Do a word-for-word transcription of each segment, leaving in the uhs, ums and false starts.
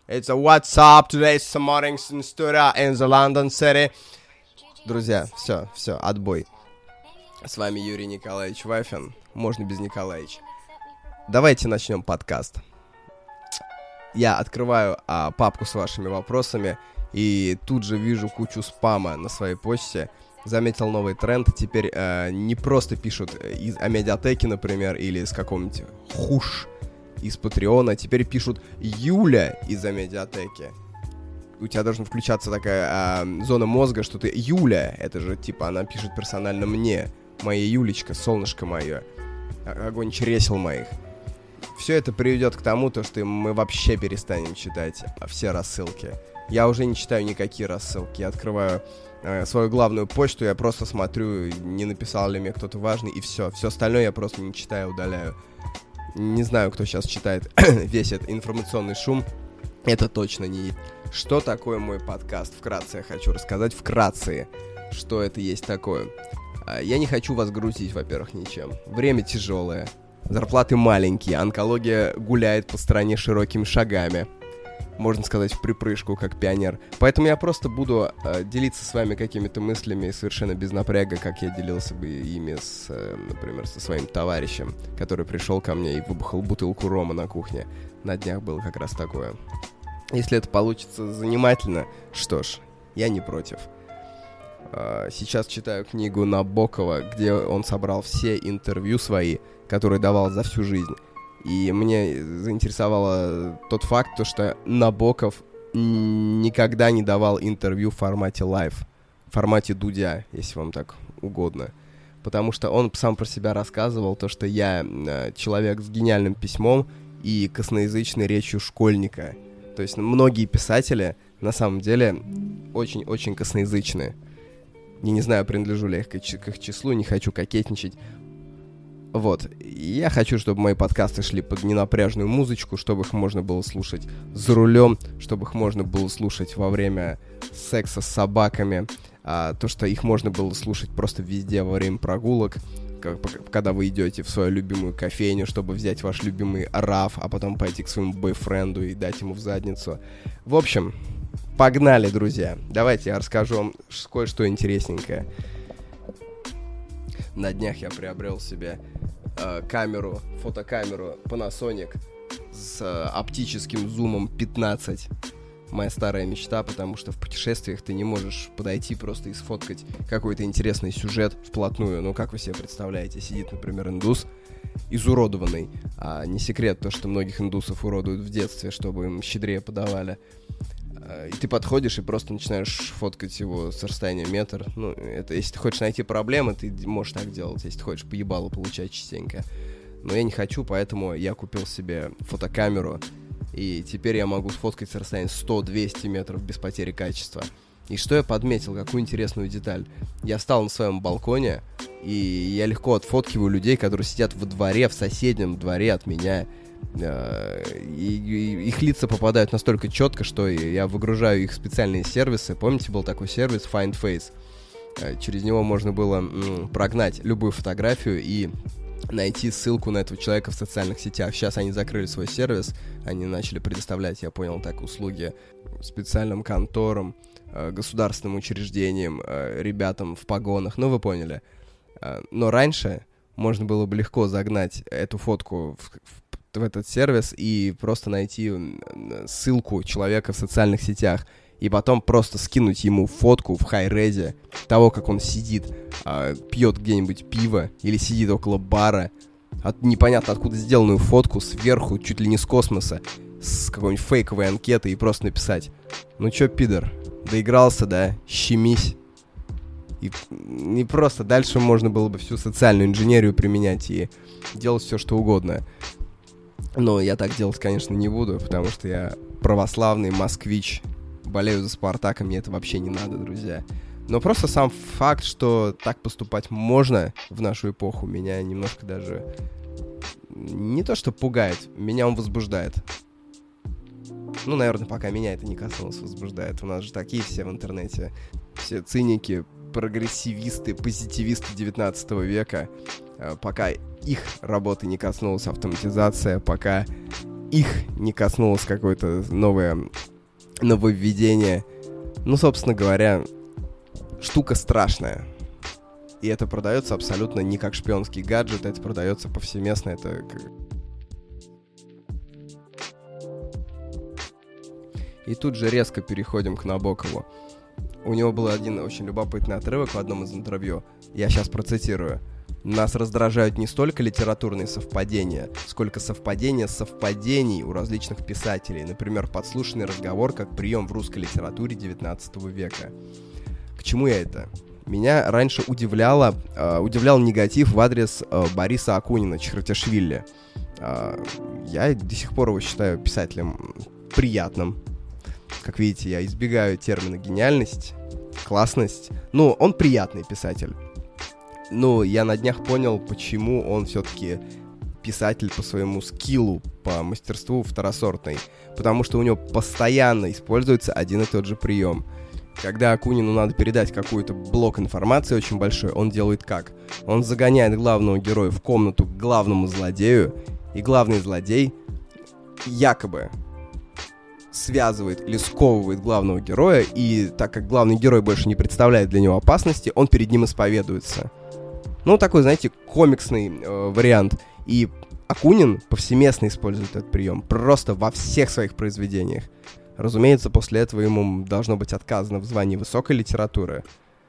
It's a what's up, today's morning in studio in the London City. Друзья, все, все, отбой. С вами Юрий Николаевич Вафин. Можно без Николаевич. Давайте начнем подкаст. Я открываю а, папку с вашими вопросами и тут же вижу кучу спама на своей почте. Заметил новый тренд. Теперь э, не просто пишут из Амедиатеки, например, или из какого-нибудь хуш из Патреона. Теперь пишут Юля из Амедиатеки. У тебя должна включаться такая э, зона мозга, что ты Юля. Это же типа она пишет персонально мне. Моя Юлечка, солнышко мое. Огонь чресел моих. Все это приведет к тому, то, что мы вообще перестанем читать все рассылки. Я уже не читаю никакие рассылки. Я открываю э, свою главную почту, я просто смотрю, не написал ли мне кто-то важный, и все. Все остальное я просто не читаю, удаляю. Не знаю, кто сейчас читает весь этот информационный шум. Это точно не... Что такое мой подкаст? Вкратце я хочу рассказать. Вкратце, что это есть такое. Я не хочу вас грузить, во-первых, ничем. Время тяжелое. Зарплаты маленькие. Онкология гуляет по стране широкими шагами. Можно сказать, в припрыжку, как пионер. Поэтому я просто буду э, делиться с вами какими-то мыслями совершенно без напряга, как я делился бы ими, с, э, например, со своим товарищем, который пришел ко мне и выбухал бутылку рома на кухне. На днях было как раз такое. Если это получится занимательно, что ж, я не против. Э, сейчас читаю книгу Набокова, где он собрал все интервью свои, которые давал за всю жизнь. И мне заинтересовало тот факт, то, что Набоков никогда не давал интервью в формате лайв, в формате Дудя, если вам так угодно. Потому что он сам про себя рассказывал, то, что я человек с гениальным письмом и косноязычной речью школьника. То есть многие писатели на самом деле очень-очень косноязычные. Я не знаю, принадлежу ли я к их числу, не хочу кокетничать. Вот, я хочу, чтобы мои подкасты шли под ненапряжную музычку, чтобы их можно было слушать за рулем, чтобы их можно было слушать во время секса с собаками, а, то, что их можно было слушать просто везде во время прогулок, как, когда вы идете в свою любимую кофейню, чтобы взять ваш любимый раф, а потом пойти к своему бойфренду и дать ему в задницу. В общем, погнали, друзья. Давайте я расскажу вам кое-что интересненькое. На днях я приобрел себе э, камеру, фотокамеру Panasonic с э, оптическим зумом пятнадцать. Моя старая мечта, потому что в путешествиях ты не можешь подойти просто и сфоткать какой-то интересный сюжет вплотную. Ну, как вы себе представляете, сидит, например, индус изуродованный. А не секрет то, что многих индусов уродуют в детстве, чтобы им щедрее подавали. И ты подходишь и просто начинаешь фоткать его с расстояния метр. Ну, это если ты хочешь найти проблемы, ты можешь так делать. Если ты хочешь поебало получать частенько. Но я не хочу, поэтому я купил себе фотокамеру. И теперь я могу сфоткать с расстояния сто-двести метров без потери качества. И что я подметил, какую интересную деталь. Я встал на своем балконе, и я легко отфоткиваю людей, которые сидят во дворе, в соседнем дворе от меня. И, и их лица попадают настолько четко, что я выгружаю их в специальные сервисы. Помните, был такой сервис Find Face? Через него можно было м, прогнать любую фотографию и найти ссылку на этого человека в социальных сетях. Сейчас они закрыли свой сервис, они начали предоставлять, я понял, так, услуги специальным конторам, государственным учреждениям, ребятам в погонах, ну вы поняли. Но раньше можно было бы легко загнать эту фотку в, в в этот сервис и просто найти ссылку человека в социальных сетях и потом просто скинуть ему фотку в хай-резе того, как он сидит, э, пьет где-нибудь пиво или сидит около бара, от непонятно откуда сделанную фотку сверху, чуть ли не с космоса, с какой-нибудь фейковой анкеты и просто написать: ну чё, пидор, доигрался, да? Щемись. И, и просто дальше можно было бы всю социальную инженерию применять и делать все, что угодно. Но я так делать, конечно, не буду, потому что я православный москвич, болею за Спартака, мне это вообще не надо, друзья. Но просто сам факт, что так поступать можно в нашу эпоху, меня немножко даже не то что пугает, меня он возбуждает. Ну, наверное, пока меня это не коснулось, возбуждает. У нас же такие все в интернете, все циники, прогрессивисты, позитивисты девятнадцатого века. Пока их работы не коснулась автоматизация, пока их не коснулось какое-то новое нововведение. Ну, собственно говоря, штука страшная. И это продается абсолютно не как шпионский гаджет, это продается повсеместно, это... И тут же резко переходим к Набокову. У него был один очень любопытный отрывок в одном из интервью. Я сейчас процитирую. «Нас раздражают не столько литературные совпадения, сколько совпадения совпадений у различных писателей. Например, подслушанный разговор как прием в русской литературе девятнадцатого века». К чему я это? Меня раньше удивляло, э, удивлял негатив в адрес э, Бориса Акунина, Чхартишвили. Э, я до сих пор его считаю писателем приятным. Как видите, я избегаю термина гениальность, классность. Ну, он приятный писатель. Ну, я на днях понял, почему он все-таки писатель по своему скиллу, по мастерству второсортный. Потому что у него постоянно используется один и тот же прием. Когда Акунину надо передать какой-то блок информации очень большой, он делает как? Он загоняет главного героя в комнату к главному злодею, и главный злодей якобы связывает или сковывает главного героя, и так как главный герой больше не представляет для него опасности, он перед ним исповедуется. Ну, такой, знаете, комиксный э, вариант. И Акунин повсеместно использует этот прием, просто во всех своих произведениях. Разумеется, после этого ему должно быть отказано в звании высокой литературы,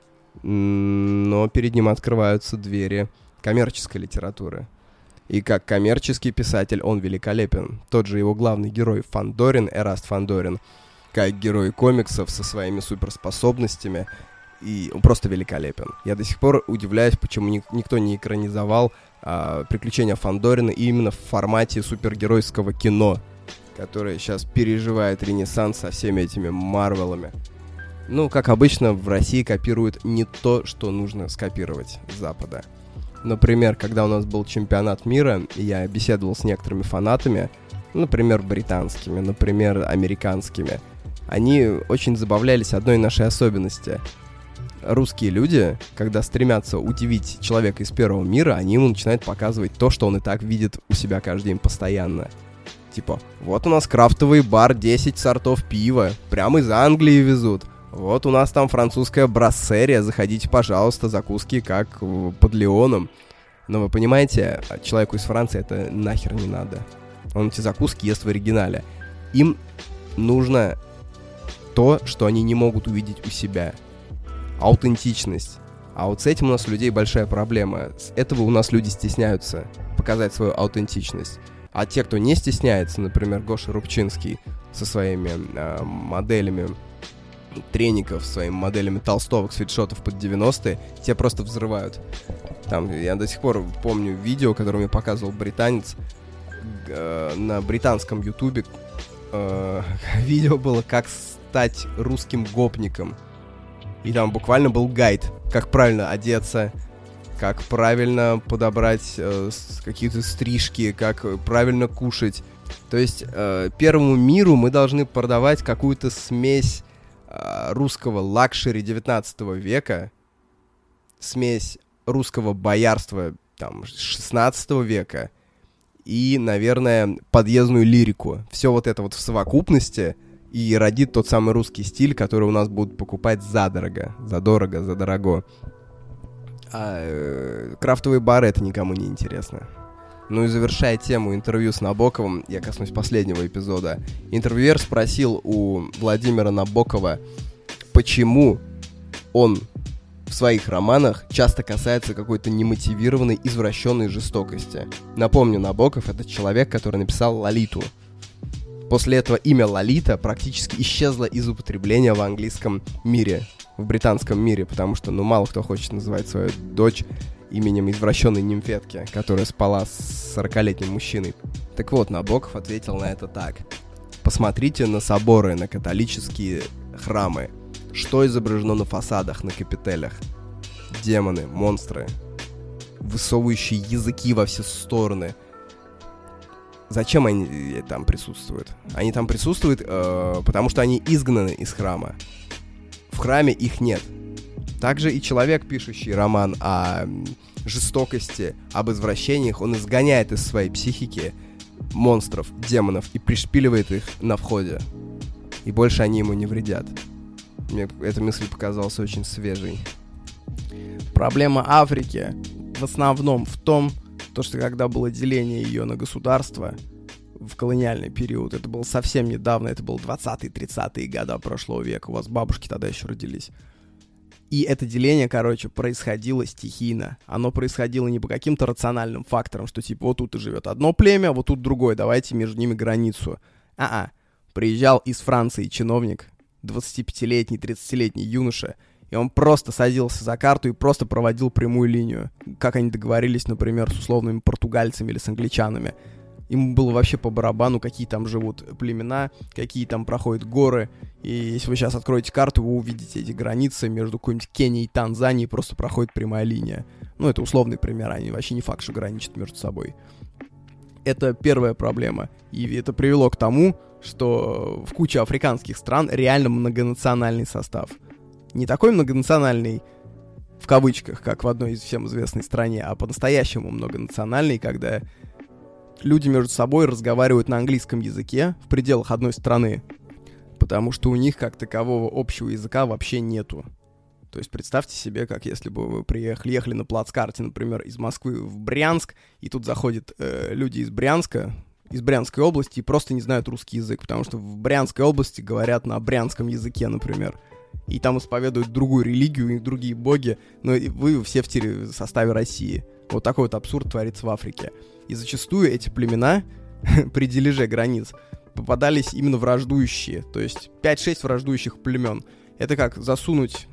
но перед ним открываются двери коммерческой литературы. И как коммерческий писатель он великолепен. Тот же его главный герой Фандорин, Эраст Фандорин, как герой комиксов со своими суперспособностями, и он просто великолепен. Я до сих пор удивляюсь, почему ни- никто не экранизовал а, приключения Фандорина именно в формате супергеройского кино, которое сейчас переживает ренессанс со всеми этими Марвелами. Ну, как обычно, в России копируют не то, что нужно скопировать с Запада. Например, когда у нас был чемпионат мира, и я беседовал с некоторыми фанатами, например, британскими, например, американскими, они очень забавлялись одной нашей особенности. Русские люди, когда стремятся удивить человека из первого мира, они ему начинают показывать то, что он и так видит у себя каждый день постоянно. Типа, вот у нас крафтовый бар, десять сортов пива, прямо из Англии везут. Вот у нас там французская брассерия, заходите, пожалуйста, закуски как под Леоном. Но вы понимаете, человеку из Франции это нахер не надо. Он эти закуски ест в оригинале. Им нужно то, что они не могут увидеть у себя. Аутентичность. А вот с этим у нас у людей большая проблема. С этого у нас люди стесняются показать свою аутентичность. А те, кто не стесняется, например, Гоша Рубчинский со своими э, моделями треников, своими моделями толстовок, свитшотов под девяностые, те просто взрывают. Там, я до сих пор помню видео, которое мне показывал британец э, на британском ютубе. Э, видео было, как стать русским гопником. И там буквально был гайд, как правильно одеться, как правильно подобрать э, какие-то стрижки, как правильно кушать. То есть э, первому миру мы должны продавать какую-то смесь э, русского лакшери девятнадцатого века, смесь русского боярства там, шестнадцатого века и, наверное, подъездную лирику. Все вот это вот в совокупности и родит тот самый русский стиль, который у нас будут покупать задорого, задорого, задорого. А э, крафтовые бары — это никому не интересно. Ну и завершая тему интервью с Набоковым, я коснусь последнего эпизода. Интервьюер спросил у Владимира Набокова, почему он в своих романах часто касается какой-то немотивированной, извращенной жестокости. Напомню, Набоков — это человек, который написал «Лолиту». После этого имя Лолита практически исчезло из употребления в английском мире, в британском мире, потому что, ну, мало кто хочет называть свою дочь именем извращенной нимфетки, которая спала с сорокалетним мужчиной. Так вот, Набоков ответил на это так. Посмотрите на соборы, на католические храмы. Что изображено на фасадах, на капителях? Демоны, монстры, высовывающие языки во все стороны. Зачем они там присутствуют? Они там присутствуют, э, потому что они изгнаны из храма. В храме их нет. Также и человек, пишущий роман о жестокости, об извращениях, он изгоняет из своей психики монстров, демонов и пришпиливает их на входе. И больше они ему не вредят. Мне эта мысль показалась очень свежей. Проблема Африки в основном в том, то, что когда было деление ее на государства в колониальный период, это было совсем недавно, это было двадцатые-тридцатые годы прошлого века, у вас бабушки тогда еще родились. И это деление, короче, происходило стихийно. Оно происходило не по каким-то рациональным факторам, что типа вот тут и живет одно племя, вот тут другое, давайте между ними границу. А-а. Приезжал из Франции чиновник, двадцатипятилетний, тридцатилетний юноша, и он просто садился за карту и просто проводил прямую линию. Как они договорились, например, с условными португальцами или с англичанами. Ему было вообще по барабану, какие там живут племена, какие там проходят горы. И если вы сейчас откроете карту, вы увидите эти границы между какой-нибудь Кенией и Танзанией, просто проходит прямая линия. Ну, это условный пример, они вообще не факт, что граничат между собой. Это первая проблема. И это привело к тому, что в куче африканских стран реально многонациональный состав. Не такой многонациональный, в кавычках, как в одной из всем известной стране, а по-настоящему многонациональный, когда люди между собой разговаривают на английском языке в пределах одной страны, потому что у них как такового общего языка вообще нету. То есть представьте себе, как если бы вы приехали, ехали на плацкарте, например, из Москвы в Брянск, и тут заходят э, люди из Брянска, из Брянской области, и просто не знают русский язык, потому что в Брянской области говорят на брянском языке, например. И там исповедуют другую религию и другие боги, но вы все в, тире, в составе России. Вот такой вот абсурд творится в Африке. И зачастую эти племена при дележе границ попадались именно враждующие. То есть пять-шесть враждующих племен. Это как засунуть,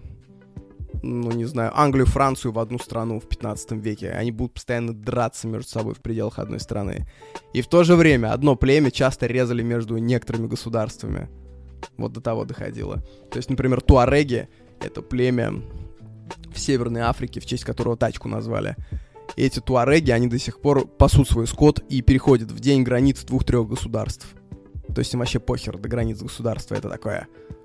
ну не знаю, Англию, Францию в одну страну в пятнадцатом веке. Они будут постоянно драться между собой в пределах одной страны. И в то же время одно племя часто резали между некоторыми государствами. Вот до того доходило. То есть, например, туареги — это племя в Северной Африке, в честь которого тачку назвали. И эти туареги, они до сих пор пасут свой скот и переходят в день границ двух-трех государств. То есть им вообще похер до границ государства. Это такое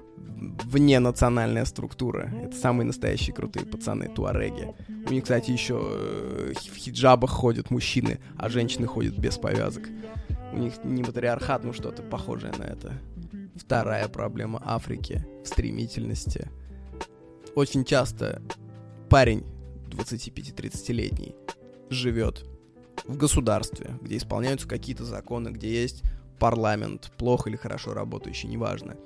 вненациональная структура. Это самые настоящие крутые пацаны, туареги. У них, кстати, еще э, в хиджабах ходят мужчины, а женщины ходят без повязок. У них не матриархат, но что-то похожее на это. Вторая проблема Африки в стремительности. Очень часто парень двадцати-пяти-тридцатилетний живет в государстве, где исполняются какие-то законы, где есть парламент, плохо или хорошо работающий, неважно.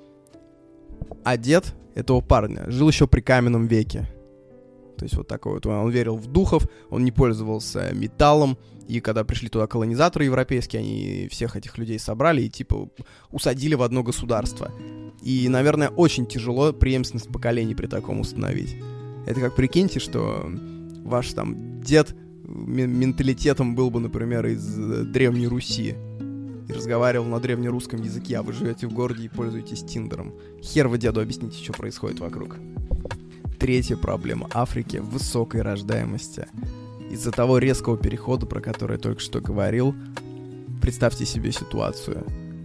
А дед этого парня жил еще при каменном веке. То есть вот такой вот. Он верил в духов, он не пользовался металлом. И когда пришли туда колонизаторы европейские, они всех этих людей собрали и типа усадили в одно государство. И, наверное, очень тяжело преемственность поколений при таком установить. Это как прикиньте, что ваш там дед менталитетом был бы, например, из Древней Руси и разговаривал на древнерусском языке, а вы живете в городе и пользуетесь Тиндером. Хер вы деду объясните, что происходит вокруг. Третья проблема Африки — в высокой рождаемости. Из-за того резкого перехода, про который я только что говорил, представьте себе ситуацию.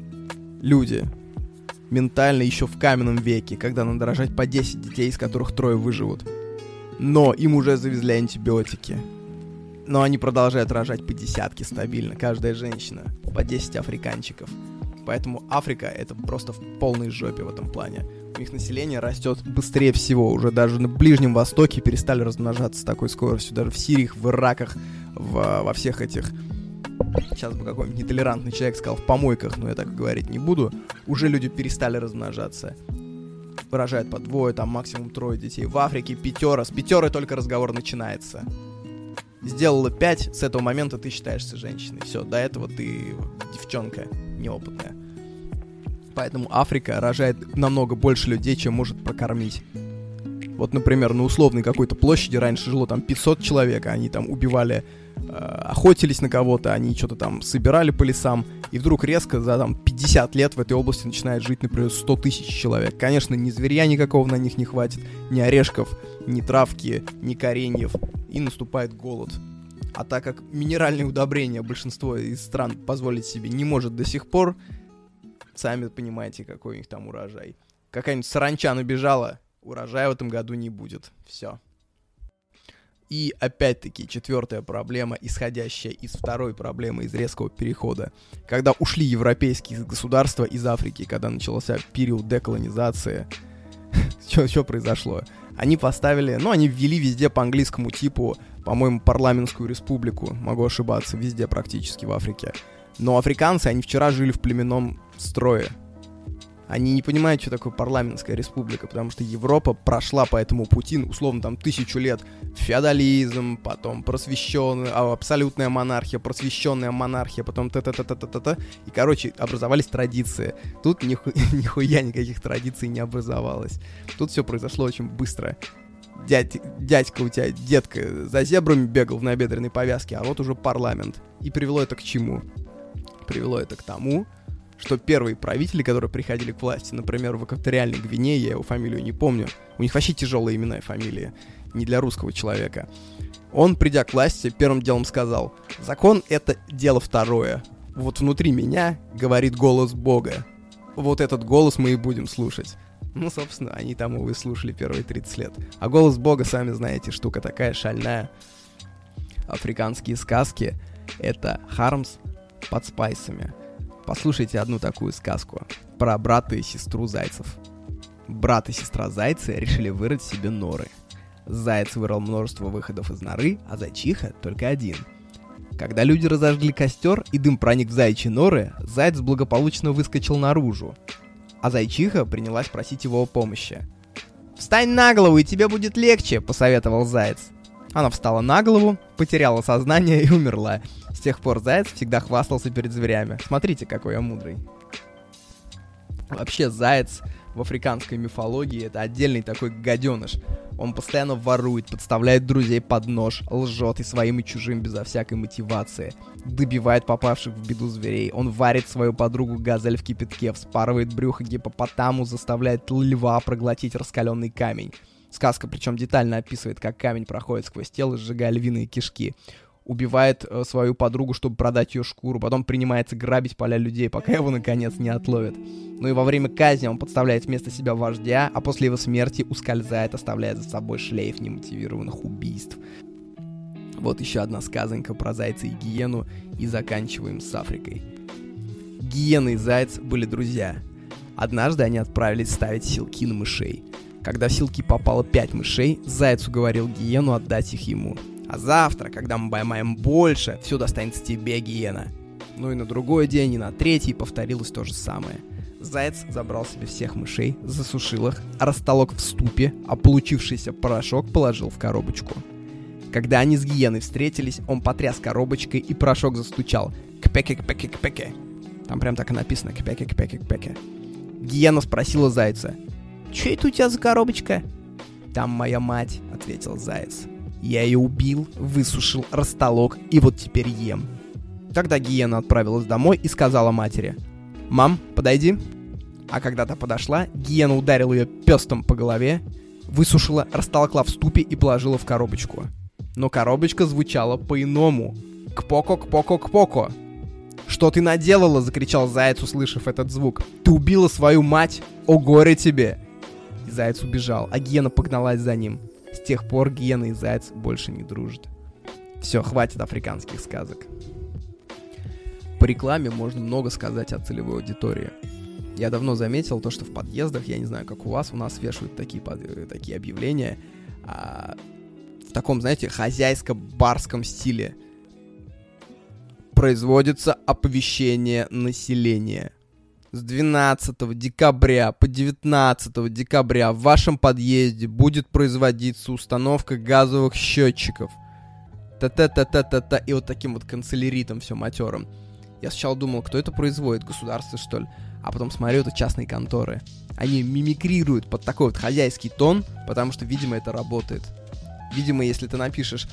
Люди ментально еще в каменном веке, когда надо рожать по десять детей, из которых трое выживут. Но им уже завезли антибиотики. Но они продолжают рожать по десятке стабильно, каждая женщина, по десять африканчиков. Поэтому Африка — это просто в полной жопе в этом плане. У них население растет быстрее всего. Уже даже на Ближнем Востоке перестали размножаться с такой скоростью. Даже в Сирии, в Ираках, в, во всех этих... Сейчас бы какой-нибудь нетолерантный человек сказал, в помойках, но я так говорить не буду. Уже люди перестали размножаться. Рожают по двое, там максимум трое детей. В Африке пятеро. С пятерой только разговор начинается. Сделала пять, с этого момента ты считаешься женщиной. Все, до этого ты девчонка неопытная. Поэтому Африка рожает намного больше людей, чем может прокормить. Вот, например, на условной какой-то площади раньше жило там пятьсот человек, они там убивали, э, охотились на кого-то, они что-то там собирали по лесам, и вдруг резко за там пятьдесят лет в этой области начинает жить, например, сто тысяч человек. Конечно, ни зверя никакого на них не хватит, ни орешков, ни травки, ни кореньев, и наступает голод. А так как минеральные удобрения большинство из стран позволить себе не может до сих пор, сами понимаете, какой у них там урожай. Какая-нибудь саранча набежала, урожая в этом году не будет. Все. И опять-таки четвертая проблема, исходящая из второй проблемы, из резкого перехода. Когда ушли европейские государства из Африки, когда начался период деколонизации, что произошло? Они поставили, ну, они ввели везде по английскому типу, по-моему, парламентскую республику, могу ошибаться, везде практически в Африке. Но африканцы, они вчера жили в племенном строе. Они не понимают, что такое парламентская республика, потому что Европа прошла по этому пути, условно, там, тысячу лет. Феодализм, потом просвещенная, абсолютная монархия, просвещенная монархия, потом та-та-та-та-та-та. И, короче, образовались традиции. Тут ниху... нихуя никаких традиций не образовалось. Тут все произошло очень быстро. Дядь, дядька у тебя, детка, за зебрами бегал в набедренной повязке, а вот уже парламент. И привело это к чему? Привело это к тому, что первые правители, которые приходили к власти, например, в Экваториальной Гвинее, я его фамилию не помню, у них вообще тяжелые имена и фамилии, не для русского человека. Он, придя к власти, первым делом сказал: закон — это дело второе. Вот внутри меня говорит голос Бога. Вот этот голос мы и будем слушать. Ну, собственно, они там его и слушали первые тридцать лет. А голос Бога, сами знаете, штука такая шальная. Африканские сказки — это Хармс под спайсами. Послушайте одну такую сказку про брата и сестру зайцев. Брат и сестра зайцы решили вырыть себе норы. Заяц вырыл множество выходов из норы, а зайчиха только один. Когда люди разожгли костер и дым проник в заячьи норы, заяц благополучно выскочил наружу, а зайчиха принялась просить его о помощи. «Встань на голову, и тебе будет легче», — посоветовал заяц. Она встала на голову, потеряла сознание и умерла. С тех пор заяц всегда хвастался перед зверями. Смотрите, какой я мудрый. Вообще, заяц в африканской мифологии — это отдельный такой гаденыш. Он постоянно ворует, подставляет друзей под нож, лжет и своим, и чужим безо всякой мотивации. Добивает попавших в беду зверей. Он варит свою подругу газель в кипятке, вспарывает брюхо гипопотаму, заставляет льва проглотить раскаленный камень. Сказка причем детально описывает, как камень проходит сквозь тело, сжигая львиные кишки. Убивает э, свою подругу, чтобы продать ее шкуру. Потом принимается грабить поля людей, пока его наконец не отловят. Ну и во время казни он подставляет вместо себя вождя, а после его смерти ускользает, оставляя за собой шлейф немотивированных убийств. Вот еще одна сказонька про зайца и гиену, и заканчиваем с Африкой. Гиена и заяц были друзья. Однажды они отправились ставить силки на мышей. Когда в силки попало пять мышей, заяц уговорил гиену отдать их ему. А завтра, когда мы поймаем больше, все достанется тебе, гиена. Ну и на другой день, и на третий повторилось то же самое. Заяц забрал себе всех мышей, засушил их, растолок в ступе, а получившийся порошок положил в коробочку. Когда они с гиеной встретились, он потряс коробочкой, и порошок застучал. Кпеке-кпеке-кпеке. Там прям так и написано: кпеке-кпеке-кпеке. Гиена спросила зайца: «Чё это у тебя за коробочка?» «Там моя мать», — ответил заяц. «Я ее убил, высушил, растолок, и вот теперь ем». Тогда гиена отправилась домой и сказала матери: «Мам, подойди». А когда та подошла, гиена ударила ее пестом по голове, высушила, растолкла в ступе и положила в коробочку. Но коробочка звучала по-иному. «Кпоко, кпоко, кпоко». «Что ты наделала?» — закричал заяц, услышав этот звук. «Ты убила свою мать! О горе тебе!» И заяц убежал, а гиена погналась за ним. С тех пор гиена и заяц больше не дружат. Все, хватит африканских сказок. По рекламе можно много сказать о целевой аудитории. Я давно заметил то, что в подъездах, я не знаю, как у вас, у нас вешают такие, такие объявления а, в таком, знаете, хозяйско-барском стиле. Производится оповещение населения. С двенадцатого декабря по девятнадцатого декабря в вашем подъезде будет производиться установка газовых счетчиков. Та-та-та-та-та-та. И вот таким вот канцеляритом все матерым. Я сначала думал, кто это производит, государство, что ли? А потом смотрю, это частные конторы. Они мимикрируют под такой вот хозяйский тон, потому что, видимо, это работает. Видимо, если ты напишешь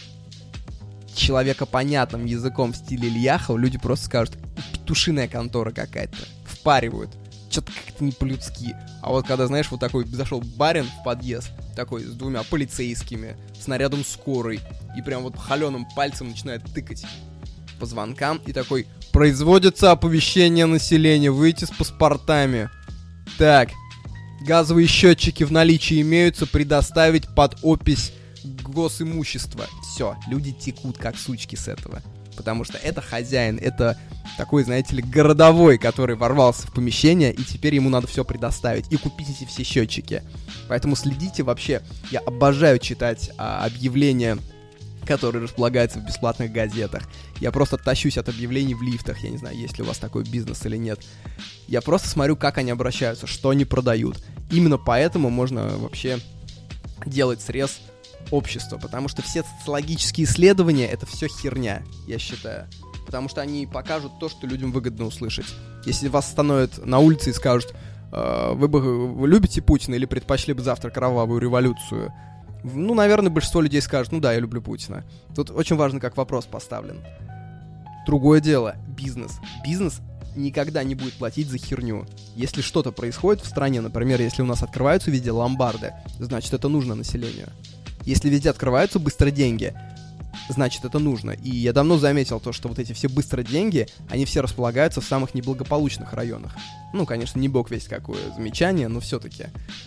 человека понятным языком в стиле Ильяхова, люди просто скажут: петушиная контора какая-то. Впаривают. Что-то как-то не по-людски. А вот когда, знаешь, вот такой зашел барин в подъезд, такой с двумя полицейскими, с нарядом скорой, и прям вот холеным пальцем начинает тыкать по звонкам, и такой: производится оповещение населения, выйти с паспортами. Так, газовые счетчики в наличии имеются, предоставить под опись госимущество. Все, люди текут как сучки с этого. Потому что это хозяин, это такой, знаете ли, городовой, который ворвался в помещение, и теперь ему надо все предоставить, и купить эти все счетчики. Поэтому следите вообще. Я обожаю читать а, объявления, которые располагаются в бесплатных газетах. Я просто тащусь от объявлений в лифтах. Я не знаю, есть ли у вас такой бизнес или нет. Я просто смотрю, как они обращаются, что они продают. Именно поэтому можно вообще делать срез общества, потому что все социологические исследования — это все херня, я считаю. Потому что они покажут то, что людям выгодно услышать. Если вас остановят на улице и скажут, э, вы бы вы любите Путина или предпочли бы завтра кровавую революцию, ну, наверное, большинство людей скажут, ну да, я люблю Путина. Тут очень важно, как вопрос поставлен. Другое дело, бизнес. Бизнес никогда не будет платить за херню. Если что-то происходит в стране, например, если у нас открываются везде ломбарды, значит, это нужно населению. Если везде открываются быстро деньги, значит, это нужно. И я давно заметил то, что вот эти все быстрые деньги, они все располагаются в самых неблагополучных районах. Ну, конечно, не бог весть какое замечание, но все-таки.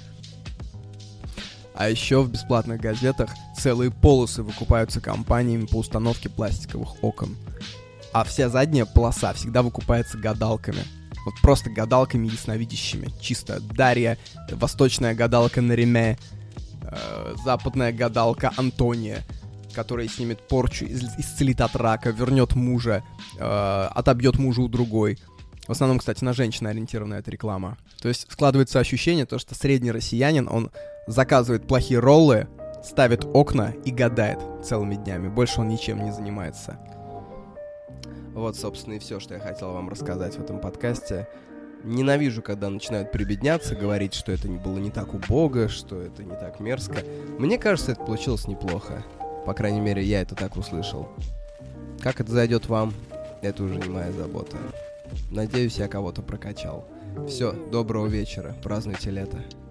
А еще в бесплатных газетах целые полосы выкупаются компаниями по установке пластиковых окон. А вся задняя полоса всегда выкупается гадалками. Вот просто гадалками ясновидящими. Чисто Дарья, восточная гадалка Нариме, э, западная гадалка Антония, которая снимет порчу, исцелит от рака, вернет мужа, э, отобьет мужа у другой. В основном, кстати, на женщин ориентирована эта реклама. То есть складывается ощущение, то, что средний россиянин, он заказывает плохие роллы, ставит окна и гадает целыми днями. Больше он ничем не занимается. Вот, собственно, и все, что я хотел вам рассказать в этом подкасте. Ненавижу, когда начинают прибедняться, говорить, что это было не так убого, что это не так мерзко. Мне кажется, это получилось неплохо. По крайней мере, я это так услышал. Как это зайдет вам, это уже не моя забота. Надеюсь, я кого-то прокачал. Все, доброго вечера, празднуйте лето.